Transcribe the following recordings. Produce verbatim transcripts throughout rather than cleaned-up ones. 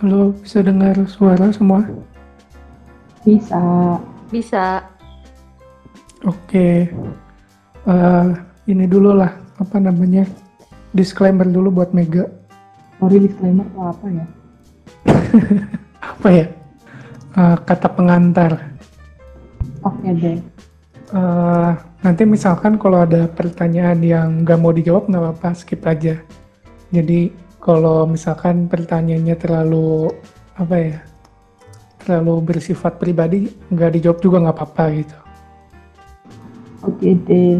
Halo, bisa dengar suara semua? Bisa. Bisa. Oke, eh, ini dulu lah, apa namanya, disclaimer dulu buat Mega. Sorry, disclaimer atau apa ya? Apa ya, Eh, kata pengantar. Oke deh. Eh, nanti misalkan kalau ada pertanyaan yang nggak mau dijawab, nggak apa-apa, skip aja. Jadi kalau misalkan pertanyaannya terlalu, apa ya, terlalu bersifat pribadi, nggak dijawab juga nggak apa-apa gitu. Oke deh.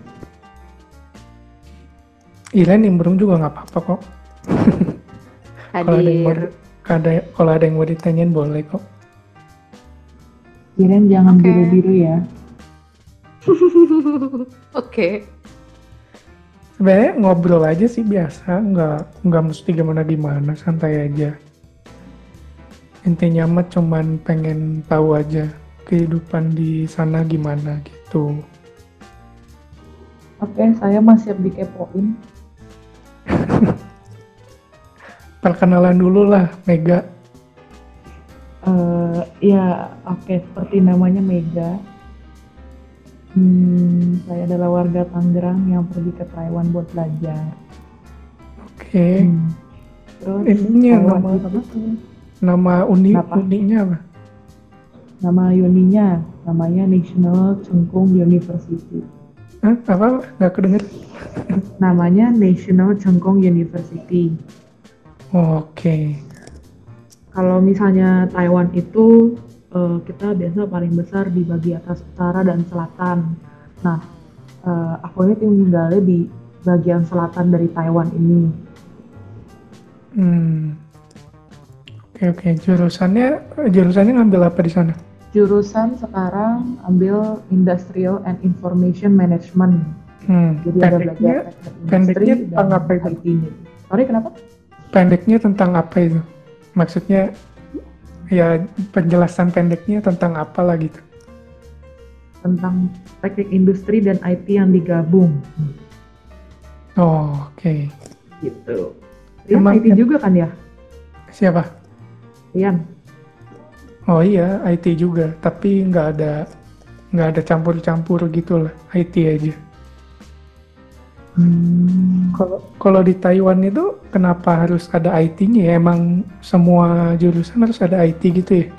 Iren nimbrung juga nggak apa-apa kok. Kalau ada yang mau, Hadir. ada, kalau ada yang mau ditanyain boleh kok. Kirain jangan Oke. biru-biru ya. Oke. Sebenarnya ngobrol aja sih biasa, nggak nggak mesti gimana-gimana, santai aja. Intinya mah cuman pengen tahu aja kehidupan di sana gimana gitu. Oke, saya masih siap dikepoin. Perkenalan dulu lah, Mega. Eh, ya, oke. Seperti namanya Mega. Hmm, saya adalah warga Tangerang yang pergi ke Taiwan buat belajar. Oke, Hmm. Terus ininya Taiwan nama itu apa? Nama uni Kenapa? uninya apa? nama uninya namanya National Cheng Kung University. Hah? Apa? Nggak kedenger? Namanya National Cheng Kung University. Oke. Kalau misalnya Taiwan itu eh, kita biasa paling besar di bagi atas utara dan selatan. Nah, eh, aku ini tinggalnya di bagian selatan dari Taiwan ini. Hmm. Oke oke. Jurusannya jurusannya ngambil apa di sana? Jurusan sekarang ambil Industrial and Information Management. Hmm. Jadi ada Pendeknya belajar teknik pendeknya industri tentang dan apa itu? I T-nya. Sorry, kenapa? Pendeknya tentang apa itu? Maksudnya ya penjelasan pendeknya tentang apa lah gitu. Tentang teknik industri dan I T yang digabung. Oh, oke. Gitu. Rian Emang- I T juga kan ya? Siapa? Rian? Oh iya, I T juga, tapi nggak ada nggak ada campur-campur gitu lah, I T aja. Hmm. Kalau kalau di Taiwan itu kenapa harus ada I T-nya ya? Emang semua jurusan harus ada I T gitu ya?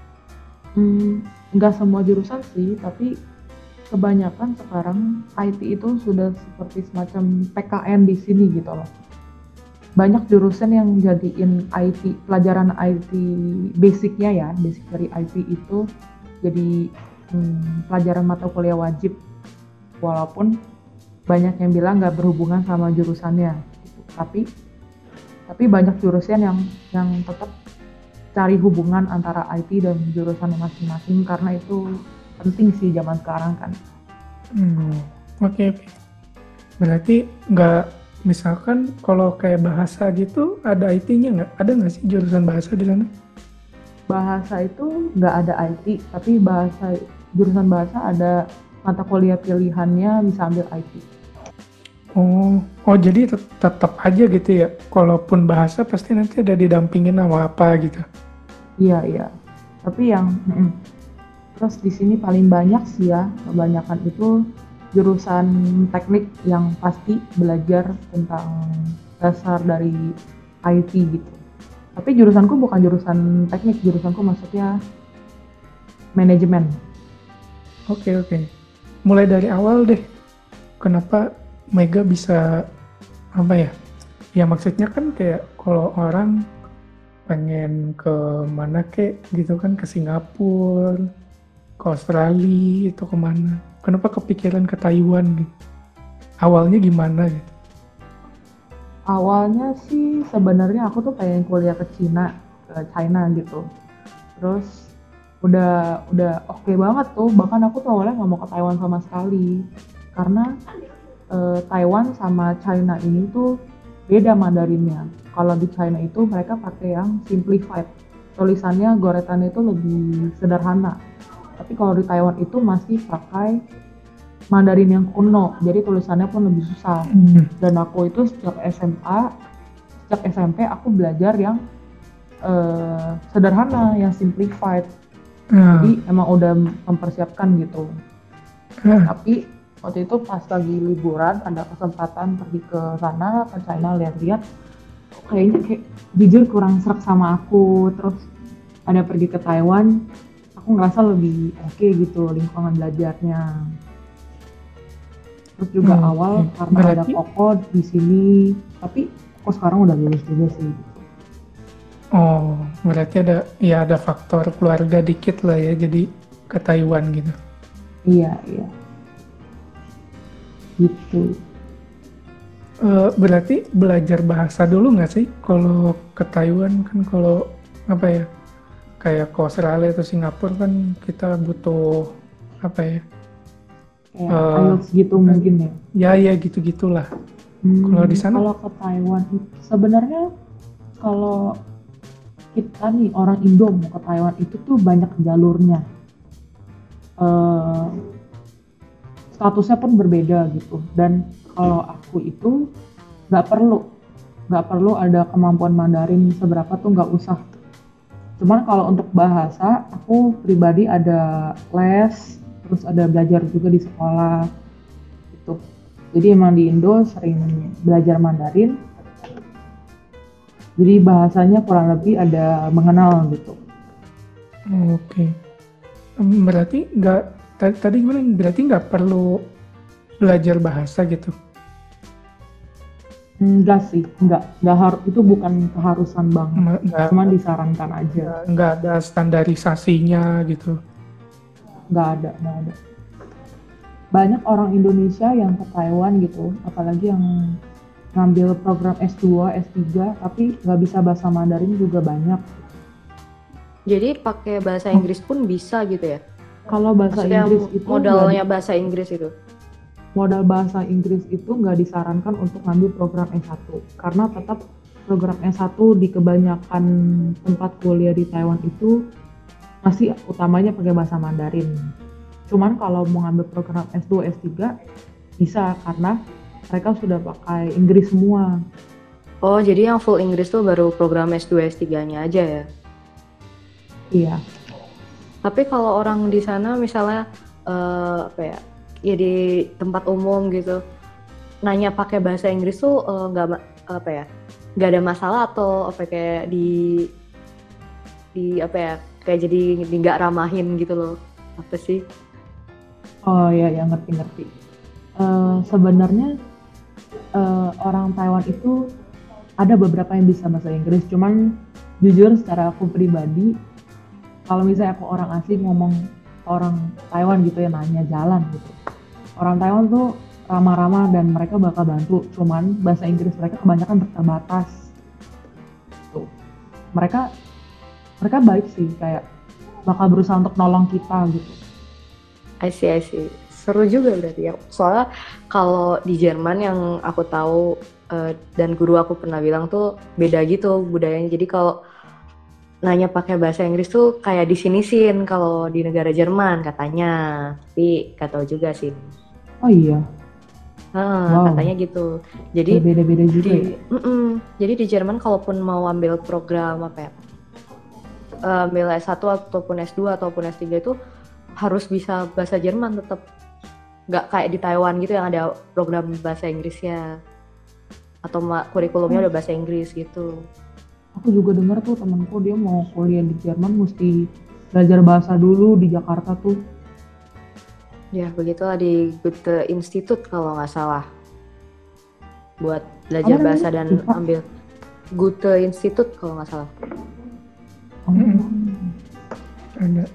Hmm, nggak semua jurusan sih, tapi kebanyakan sekarang I T itu sudah seperti semacam P K N di sini gitu loh. Banyak jurusan yang jadiin I T, pelajaran I T basicnya ya, basic dari I T itu jadi hmm, pelajaran mata kuliah wajib, walaupun banyak yang bilang nggak berhubungan sama jurusannya, gitu. Tapi tapi banyak jurusan yang yang tetap cari hubungan antara I T dan jurusan masing-masing karena itu penting sih zaman sekarang kan. Hmm, oke oke. Berarti nggak, misalkan kalau kayak bahasa gitu ada I T-nya nggak? Ada nggak sih jurusan bahasa di sana? Bahasa itu nggak ada I T, tapi bahasa jurusan bahasa ada mata kuliah pilihannya bisa ambil I T. Oh, oh jadi tet- tetap aja gitu ya. Kalaupun bahasa pasti nanti ada didampingin sama apa gitu. Iya iya. Tapi yang mm-mm. terus di sini paling banyak sih ya, kebanyakan itu jurusan teknik yang pasti belajar tentang dasar dari I T gitu. Tapi jurusanku bukan jurusan teknik, jurusanku maksudnya manajemen. Oke oke. Mulai dari awal deh. Kenapa Mega bisa apa ya? Ya maksudnya kan kayak kalau orang pengen ke mana kek gitu kan, ke Singapura, ke Australia atau kemana. Kenapa kepikiran ke Taiwan gitu? Awalnya gimana gitu? Awalnya sih sebenarnya aku tuh pengen kuliah ke Cina, ke China gitu. Terus udah udah oke banget tuh, bahkan aku tuh awalnya nggak mau ke Taiwan sama sekali karena eh, Taiwan sama China ini tuh beda Mandarinnya. Kalau di China itu mereka pakai yang simplified, tulisannya goretannya itu lebih sederhana. Tapi kalau di Taiwan itu masih pakai Mandarin yang kuno, jadi tulisannya pun lebih susah. Hmm. Dan aku itu sejak S M A, sejak S M P aku belajar yang eh, sederhana, yang simplified. Ah, Jadi emang udah mempersiapkan gitu. ah, Tapi waktu itu pas lagi liburan ada kesempatan pergi ke sana ke China lihat-lihat, kok kayaknya kayak jujur kurang serak sama aku. Terus ada pergi ke Taiwan, aku ngerasa lebih oke gitu lingkungan belajarnya. Terus juga hmm, awal oke. karena ada Berarti, Koko di sini, tapi Koko sekarang udah lulus juga sih. oh, berarti ada, ya ada faktor keluarga dikit lah ya, jadi ke Taiwan gitu. Iya, iya, gitu. Eh, berarti belajar bahasa dulu nggak sih? Kalau ke Taiwan kan kalau apa ya, kayak ke Australia atau Singapura kan kita butuh apa ya? Kayak eh IELTS gitu mungkin ya. ya ya gitu-gitulah. Kalau di Hmm, sana, kalau ke Taiwan itu sebenarnya kalau kita nih orang Indo mau ke Taiwan itu tuh banyak jalurnya. Eh, statusnya pun berbeda gitu. Dan kalau aku itu nggak perlu nggak perlu ada kemampuan Mandarin seberapa tuh nggak usah. Cuman kalau untuk bahasa aku pribadi ada les, terus ada belajar juga di sekolah gitu. Jadi emang di Indo sering belajar Mandarin. Jadi bahasanya kurang lebih ada mengenal gitu. oke. Em, Berarti nggak tadi tadi gimana? Berarti nggak perlu belajar bahasa gitu. Enggak sih, enggak. Enggak harus, itu bukan keharusan banget. Ma- Nggak Cuman disarankan aja. nggak nggak ada standarisasinya gitu. Enggak ada, enggak ada. Banyak orang Indonesia yang ke Taiwan gitu, apalagi yang ngambil program S dua, S tiga, tapi nggak bisa bahasa Mandarin juga banyak. Jadi pakai bahasa Inggris pun bisa gitu ya? Kalau bahasa Maksudnya Inggris itu nggak modalnya di- bahasa Inggris itu? modal bahasa Inggris itu nggak disarankan untuk ngambil program S satu karena tetap program S satu di kebanyakan tempat kuliah di Taiwan itu masih utamanya pakai bahasa Mandarin. Cuman kalau mau ngambil program S dua, S tiga bisa karena mereka sudah pakai Inggris semua. Oh, jadi yang full Inggris tuh baru program S dua, S tiga-nya aja ya? Iya. Tapi kalau orang di sana misalnya eh, apa ya, ya di tempat umum gitu, nanya pakai bahasa Inggris tuh eh, nggak ma- apa ya, nggak ada masalah atau apa kayak di di apa ya, kayak jadi di nggak ramahin gitu loh, apa sih? Oh ya, ya ngerti-ngerti. Eh, sebenarnya eh, orang Taiwan itu ada beberapa yang bisa bahasa Inggris, cuman jujur secara aku pribadi, kalau misalnya aku orang asing ngomong ke orang Taiwan gitu ya nanya jalan gitu, orang Taiwan tuh ramah-ramah dan mereka bakal bantu, cuman bahasa Inggris mereka kebanyakan terbatas. Tuh. Mereka mereka baik sih, kayak bakal berusaha untuk nolong kita gitu. I see, I see. Seru juga berarti ya. Soalnya kalau di Jerman yang aku tahu eh, dan guru aku pernah bilang tuh beda gitu budayanya. Jadi kalau nanya pakai bahasa Inggris tuh kayak disinisin kalau di negara Jerman katanya. Tapi gak tahu juga sih. Oh iya, Heeh, wow, katanya gitu. Jadi beda-beda juga ya. di mm-mm. Jadi di Jerman kalaupun mau ambil program apa ya, eh, ambil S satu ataupun S dua ataupun S tiga itu harus bisa bahasa Jerman tetap. Nggak kayak di Taiwan gitu yang ada program bahasa Inggrisnya atau ma- kurikulumnya udah bahasa Inggris gitu. Aku juga dengar tuh temanku dia mau kuliah di Jerman mesti belajar bahasa dulu di Jakarta tuh. Ya begitulah di Goethe Institute kalau nggak salah buat belajar Apa bahasa namanya? dan Lupa. ambil Goethe Institute kalau nggak salah. Oh, Mm-mm. Ada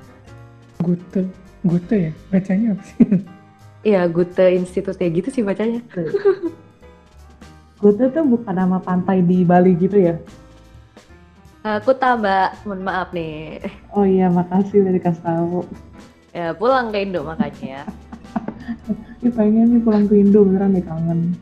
Gute, Gute ya? Bacanya apa sih? Iya Goethe Institute kayak gitu sih bacanya. Goethe tuh bukan nama pantai di Bali gitu ya? Aku tambah, mohon maaf nih. Oh iya, makasih udah dikasih tahu. Ya pulang ke Indo makanya. Ih pengen nih pulang ke Indo, beneran deh kangen.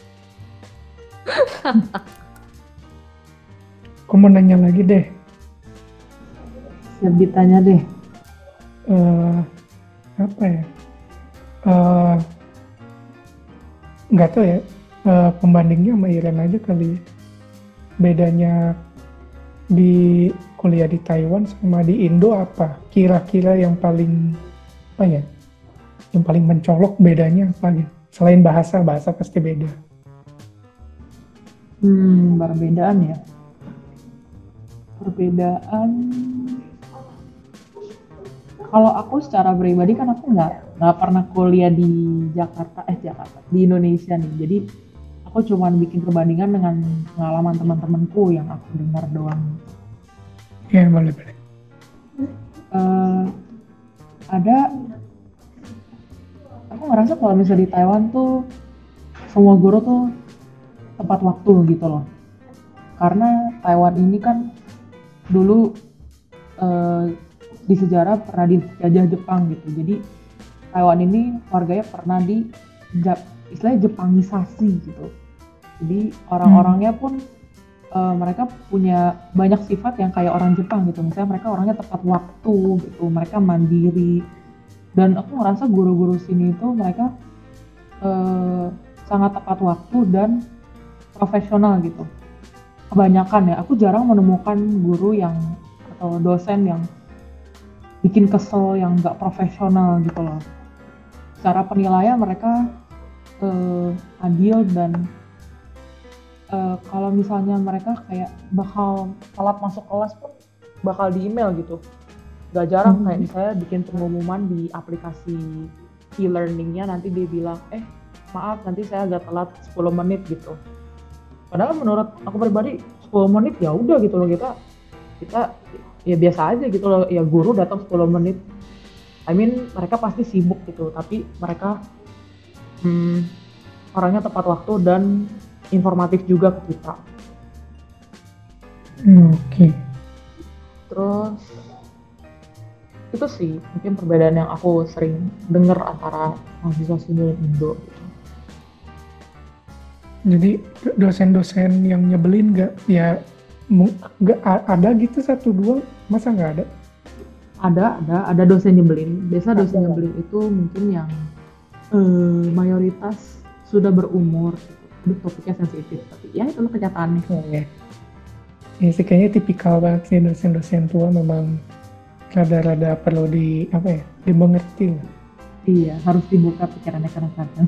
Aku mau nanya lagi deh. Siap ditanya deh. eh apa ya? Eh nggak tahu ya. Eh, pembandingnya sama Iren aja kali ya. Bedanya di kuliah di Taiwan sama di Indo apa? Kira-kira yang paling apa ya? Yang paling mencolok bedanya apa gitu? Selain bahasa, bahasa pasti beda. Hmm, perbedaan ya. Perbedaan. Kalau aku secara pribadi kan aku nggak nggak pernah kuliah di Jakarta, eh Jakarta, di Indonesia nih. Jadi aku cuma bikin perbandingan dengan pengalaman teman-temanku yang aku dengar doang. Ya, boleh boleh. Uh, ada, aku ngerasa kalau misalnya di Taiwan tuh semua guru tuh tepat waktu gitu loh. Karena Taiwan ini kan dulu uh, di sejarah pernah dijajah Jepang gitu. Jadi Taiwan ini warganya pernah di istilahnya Jepangisasi gitu. Jadi orang-orangnya pun uh, mereka punya banyak sifat yang kayak orang Jepang gitu. Misalnya mereka orangnya tepat waktu gitu, mereka mandiri. Dan aku ngerasa guru-guru sini itu mereka uh, sangat tepat waktu dan profesional gitu. Kebanyakan ya, aku jarang menemukan guru yang atau dosen yang bikin kesel, yang nggak profesional gitu loh. Secara penilaian mereka uh, adil dan uh, kalau misalnya mereka kayak bakal telat masuk kelas pun bakal di email gitu. Gak jarang hmm. kayak misalnya bikin pengumuman di aplikasi e-learningnya, nanti dia bilang, eh maaf nanti saya agak telat sepuluh menit gitu. Padahal menurut aku pribadi sepuluh menit ya udah gitu loh, kita kita ya biasa aja gitu loh, ya guru datang sepuluh menit. I mean mereka pasti sibuk gitu, tapi mereka hmm, orangnya tepat waktu dan informatif juga ke kita. Hmm, Oke. Okay. Terus itu sih mungkin perbedaan yang aku sering dengar antara mahasiswa sini dan Indo gitu. Jadi dosen-dosen yang nyebelin nggak? Ya nggak ada gitu satu dua, masa nggak ada? Ada, ada, ada dosen nyebelin. Biasa dosen ada. Nyebelin itu mungkin yang eh, mayoritas sudah berumur. Aduh, topiknya sensitif, tapi ya itu kenyataannya. Oh, ya. Ya sih kayaknya tipikal banget sih dosen-dosen tua, memang rada-rada perlu di apa ya, dimengerti lah. Iya, harus dibuka pikirannya kadang-kadang.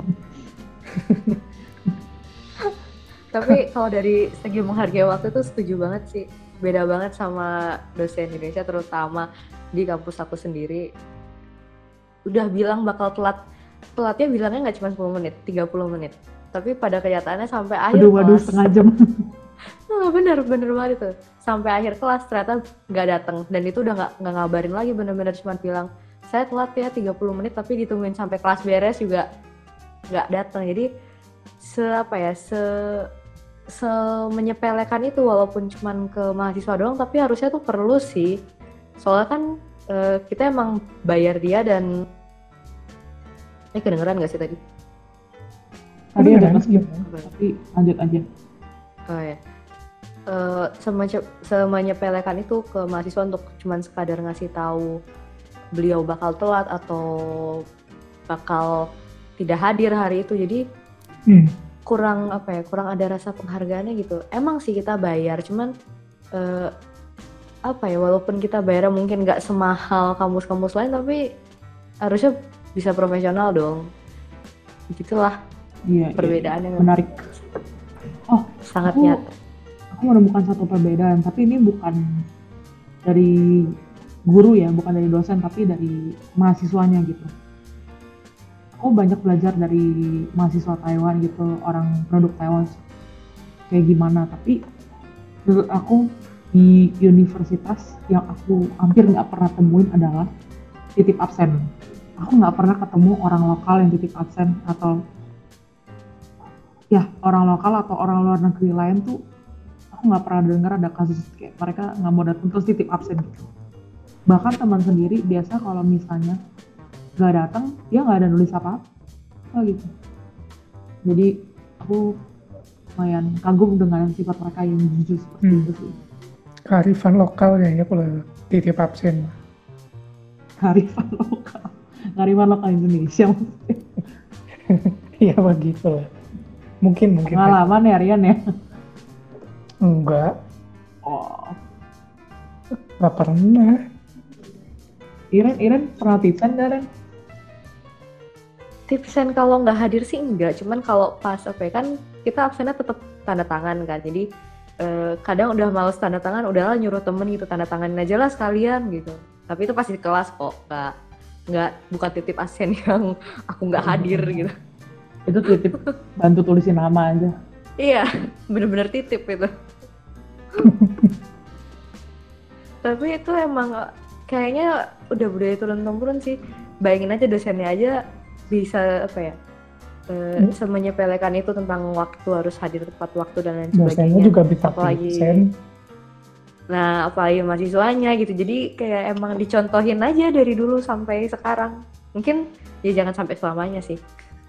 Tapi kalau dari segi menghargai waktu itu setuju banget sih. Beda banget sama dosen Indonesia, terutama di kampus aku sendiri. Udah bilang bakal telat, telatnya bilangnya nggak cuma sepuluh menit, tiga puluh menit. Tapi pada kenyataannya sampai akhir waduh, kelas. Waduh, setengah jam. Nah, bener, bener banget itu. Sampai akhir kelas ternyata nggak datang. Dan itu udah nggak nggak ngabarin lagi, bener-bener cuma bilang, saya telat ya tiga puluh menit, tapi ditungguin sampai kelas beres juga nggak datang. Jadi se apa ya, se semenyepelekan itu, walaupun cuman ke mahasiswa doang, tapi harusnya tuh perlu sih. Soalnya kan e, kita emang bayar dia dan eh kedengeran nggak sih tadi? Tadi ada meskipun, tapi lanjut aja. Oh ya, e, semence- semenyepelekan itu ke mahasiswa untuk cuman sekadar ngasih tahu beliau bakal telat atau bakal tidak hadir hari itu. Jadi hmm. kurang apa ya, kurang ada rasa penghargaannya gitu. Emang sih kita bayar, cuman uh, apa ya, walaupun kita bayar mungkin nggak semahal kampus-kampus lain, tapi harusnya bisa profesional dong. Gitulah iya, perbedaannya. Iya, menarik. Oh, sangat aku, nyata. Aku menemukan satu perbedaan, tapi ini bukan dari guru ya, bukan dari dosen, tapi dari mahasiswanya gitu. Aku banyak belajar dari mahasiswa Taiwan gitu, orang produk Taiwan kayak gimana. Tapi menurut aku di universitas yang aku hampir nggak pernah temuin adalah titip absen. Aku nggak pernah ketemu orang lokal yang titip absen, atau ya orang lokal atau orang luar negeri lain tuh aku nggak pernah dengar ada kasus kayak mereka nggak mau datang terus titip absen gitu. Bahkan teman sendiri biasa kalau misalnya nggak datang, dia nggak ada nulis apa-apa gitu. Jadi aku lumayan kagum dengan sifat mereka yang jujur seperti hmm. itu sih. Kearifan lokal kayaknya kalau titip absen. Kearifan lokal, kearifan lokal Indonesia maksudnya. Iya begitu lah. Mungkin mungkin. Pengalaman ya Rian ya? Enggak. Oh. Nggak pernah. Iren, Iren pernah tipsen nggak, Ren? Tipsen kalau nggak hadir sih enggak, cuman kalau pas apa ya, kan kita absennya tetap tanda tangan kan, jadi eh, kadang udah males tanda tangan, udahlah nyuruh temen gitu tanda tanganin aja lah sekalian gitu. Tapi itu pasti di kelas kok, nggak nggak bukan titip absen yang aku nggak hadir gitu. Itu titip bantu tulisin nama aja. Iya, bener-bener titip itu. Tapi itu emang kayaknya udah budaya turun-temurun sih. Bayangin aja dosennya aja bisa apa ya, eh, Hmm. semenyepelekan itu tentang waktu, harus hadir tepat waktu dan lain Dosennya sebagainya. juga bisa Apalagi, tipsen. nah apalagi mahasiswanya gitu. Jadi kayak emang dicontohin aja dari dulu sampai sekarang. Mungkin ya jangan sampai selamanya sih.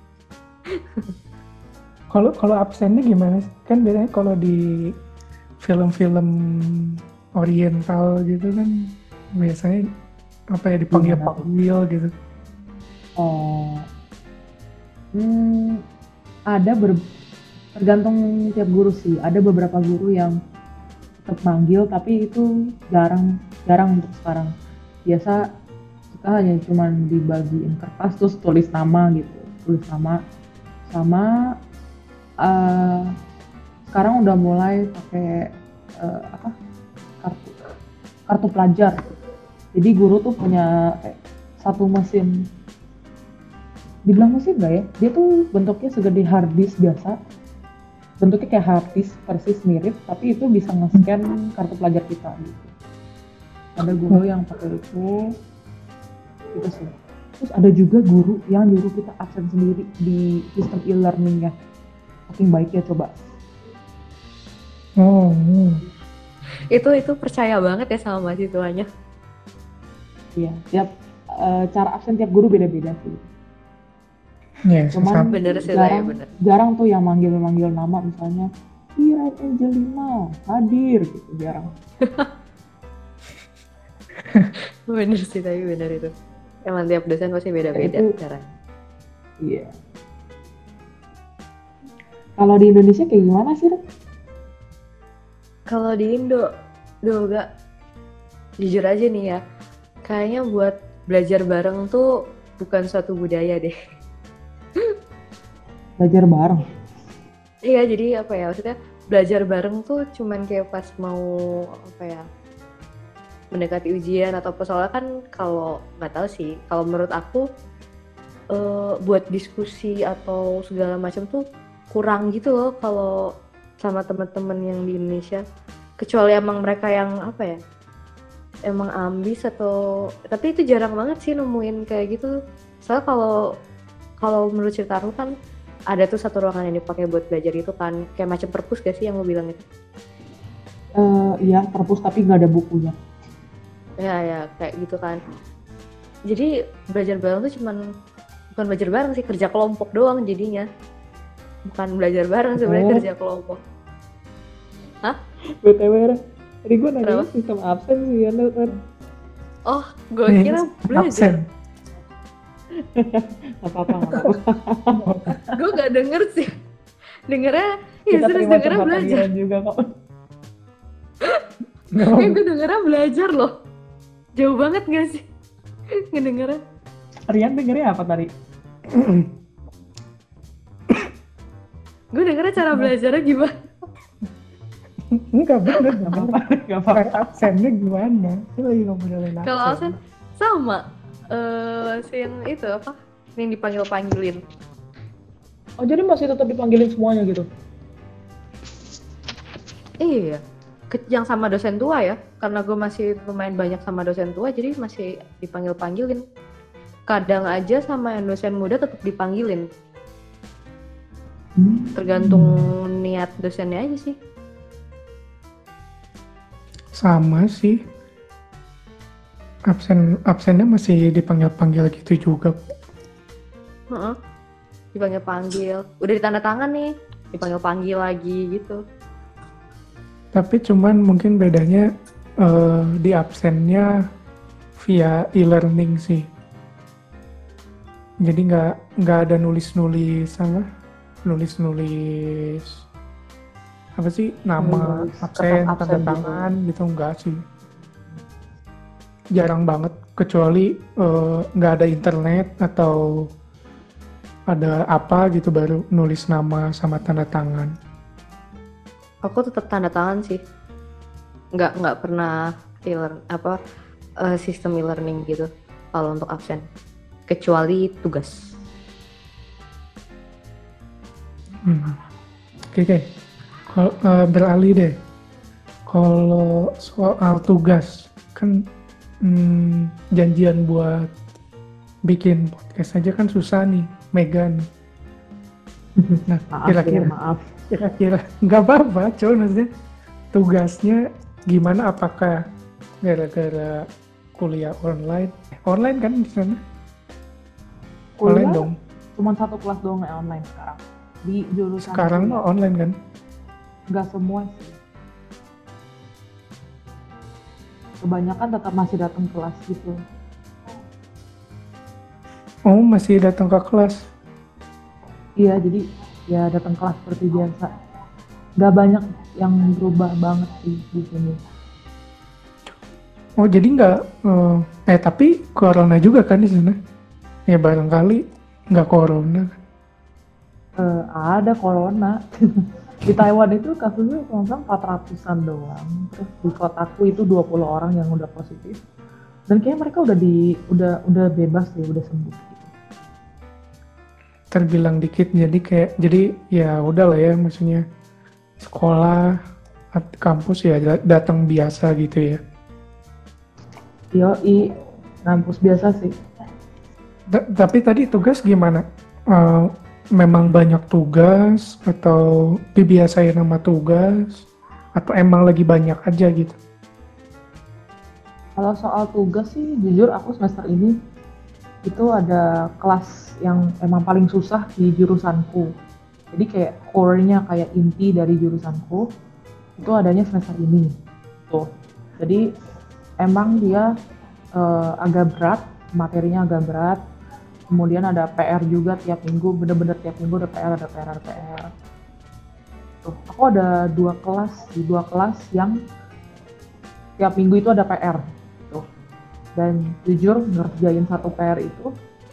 Kalau kalau absennya gimana sih? Kan biasanya kalau di film-film oriental gitu kan biasanya apa ya, dipanggil-panggil gitu. Oh, hmm, ada ber- tergantung tiap guru sih. Ada beberapa guru yang tetap manggil, tapi itu jarang jarang untuk sekarang. Biasa kita hanya cuman dibagiin kertas terus tulis nama gitu, tulis nama. Sama eh, sekarang udah mulai pakai eh, apa kartu kartu pelajar. Jadi guru tuh punya kayak satu mesin, dibilang mesin nggak ya? Dia tuh bentuknya segede hard disk biasa, bentuknya kayak hard disk persis mirip, tapi itu bisa nge-scan kartu pelajar kita gitu. Ada guru yang pakai itu, gitu sih. Terus ada juga guru yang nyuruh kita absen sendiri di sistem e-learningnya. Saking baiknya coba. Oh, hmm. Itu itu percaya banget ya sama mahasiswanya. Iya, tiap eh, cara absen tiap guru beda-beda sih. Ya, Cuman sesama. Bener sih lah ya, jarang, bener. jarang tuh yang manggil-manggil nama, misalnya Iren Angelina hadir gitu, jarang. Bener sih, tapi bener itu. Emang tiap dosen pasti beda-beda Itu- caranya. Iya. Kalau di Indonesia kayak gimana sih, Ren? Kalau di Indo, duh gak, jujur aja nih ya, kayaknya buat belajar bareng tuh bukan suatu budaya deh. Belajar bareng. Iya, jadi apa ya, maksudnya belajar bareng tuh cuman kayak pas mau apa ya, mendekati ujian atau apa. Soalnya kan kalau nggak tahu sih, kalau menurut aku eh, buat diskusi atau segala macam tuh kurang gitu loh kalau sama teman-teman yang di Indonesia. Kecuali emang mereka yang apa ya, emang ambis atau, tapi itu jarang banget sih nemuin kayak gitu. Soalnya kalau kalau menurut cerita aku kan ada tuh satu ruangan yang dipakai buat belajar itu kan, kayak macam perpus gak sih yang lo bilang itu? Eh, iya, perpus tapi nggak ada bukunya. Ya ya kayak gitu kan. Jadi belajar bareng tuh cuman, bukan belajar bareng sih, kerja kelompok doang jadinya. Bukan belajar bareng sebenarnya, Oh. kerja kelompok. B T W, Ren. Tadi gue nanya Kenapa? sistem absen sih, ya, Ren. Oh, gue Nih, kira absen. belajar. Nggak apa-apa, nggak apa-apa. Gue gak denger sih. Dengernya, ya Kita serius terima dengernya curhatan belajar. Iren juga kok. No. Kayak gue dengernya belajar loh. Jauh banget gak sih ngedengernya? Rian dengernya apa tadi? Gue dengernya cara belajarnya gimana? Enggak bener, Nggak bener. apa-apa, nggak apa-apa. Cara absennya gimana? Itu lagi ngobrolin absen. Kalau absen sama eh si yang itu apa? Yang dipanggil-panggilin. Oh, jadi masih tetap dipanggilin semuanya gitu? Iya, ke- yang sama dosen tua ya, karena gue masih lumayan banyak sama dosen tua, jadi masih dipanggil-panggilin. Kadang aja sama yang dosen muda tetap dipanggilin, tergantung niat dosennya aja sih. Sama sih. Absen absennya masih dipanggil-panggil gitu juga. Heeh. Dipanggil-panggil, udah ditanda tangan nih, dipanggil-panggil lagi gitu. Tapi cuman mungkin bedanya eh, di absennya via e-learning sih. Jadi nggak nggak ada nulis-nulis apa, nulis-nulis apa sih nama Nulis absen, kertas absen tanda gitu. tangan gitu, enggak sih. jarang banget kecuali eh, nggak ada internet atau ada apa gitu baru nulis nama sama tanda tangan. Aku tetap tanda tangan sih. Nggak nggak pernah e-learn apa eh, sistem e-learning gitu kalau untuk absen. Kecuali tugas. Hmm. Oke, oke. Kalau eh, beralih deh. Kalau soal tugas kan hmm, janjian buat bikin podcast aja kan susah nih, Megan. Nah, Maaf kira-kira ya, maaf. kira-kira nggak apa-apa, cuman maksudnya tugasnya gimana? Apakah gara-gara kuliah online? Online kan di sana? Online Kuliah dong. cuma satu kelas doang yang online sekarang. Di jurusan Sekarang kuliah. mah online kan? Nggak semua sih. Kebanyakan tetap masih datang kelas gitu. Oh, masih datang ke kelas. Iya, jadi ya datang kelas seperti biasa. Nggak banyak yang berubah banget sih di sini. Oh, jadi nggak eh, eh tapi corona juga kan di sana? Ya barangkali nggak corona kan? Eh, ada corona. Di Taiwan itu kasusnya cuma empat ratusan doang. Terus di kotaku itu dua puluh orang yang udah positif. Dan kayaknya mereka udah di udah udah bebas deh, udah sembuh gitu. Terbilang dikit jadi kayak jadi ya udah lah ya, maksudnya sekolah at- kampus ya da- datang biasa gitu ya. Yoi, kampus biasa sih. Ta- tapi tadi tugas gimana? Eh, memang banyak tugas atau dibiasain sama tugas atau emang lagi banyak aja gitu? Kalau soal tugas sih, jujur aku semester ini itu ada kelas yang emang paling susah di jurusanku. Jadi kayak core-nya, kayak inti dari jurusanku itu adanya semester ini. Tuh. Jadi emang dia eh, agak berat, materinya agak berat. Kemudian ada P R juga tiap minggu, bener-bener tiap minggu ada P R, ada P R, ada P R. Tuh, aku ada dua kelas, di dua kelas yang tiap minggu itu ada P R. Tuh. Dan jujur ngerjain satu P R itu,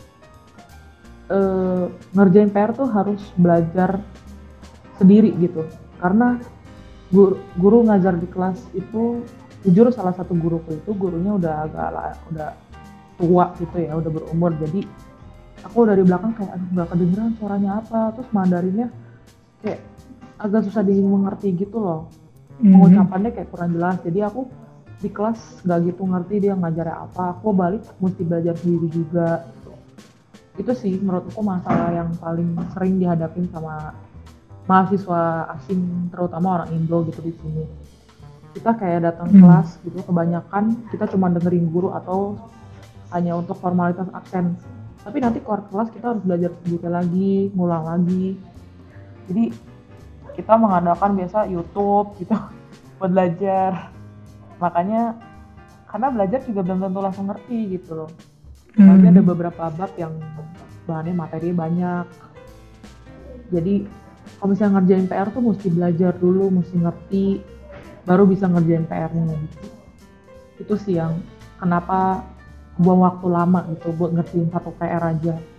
eh, ngerjain P R tuh harus belajar sendiri gitu. Karena guru, guru ngajar di kelas itu, jujur salah satu guruku itu gurunya udah agak la- udah tua gitu ya, udah berumur. Jadi aku dari belakang kayak aduh nggak kedengeran suaranya apa, terus Mandarinnya kayak agak susah dimengerti gitu loh, pengucapannya kayak kurang jelas. Jadi aku di kelas nggak gitu ngerti dia ngajarnya apa, aku balik mesti belajar sendiri juga. Itu sih menurutku masalah yang paling sering dihadapin sama mahasiswa asing, terutama orang Indo gitu di sini. Kita kayak datang Hmm. kelas gitu, kebanyakan kita cuma dengerin guru atau hanya untuk formalitas absen. Tapi nanti keluar kelas kita harus belajar sendiri lagi, ngulang lagi. Jadi kita mengandalkan biasa YouTube gitu buat belajar. Makanya karena belajar juga belum tentu langsung ngerti gitu loh. Tapi Hmm. ada beberapa bab yang bahannya materi banyak. Jadi kalau misalnya ngerjain P R tuh mesti belajar dulu, mesti ngerti, baru bisa ngerjain P R-nya gitu. Itu sih yang kenapa buang waktu lama gitu buat ngertiin satu P R aja.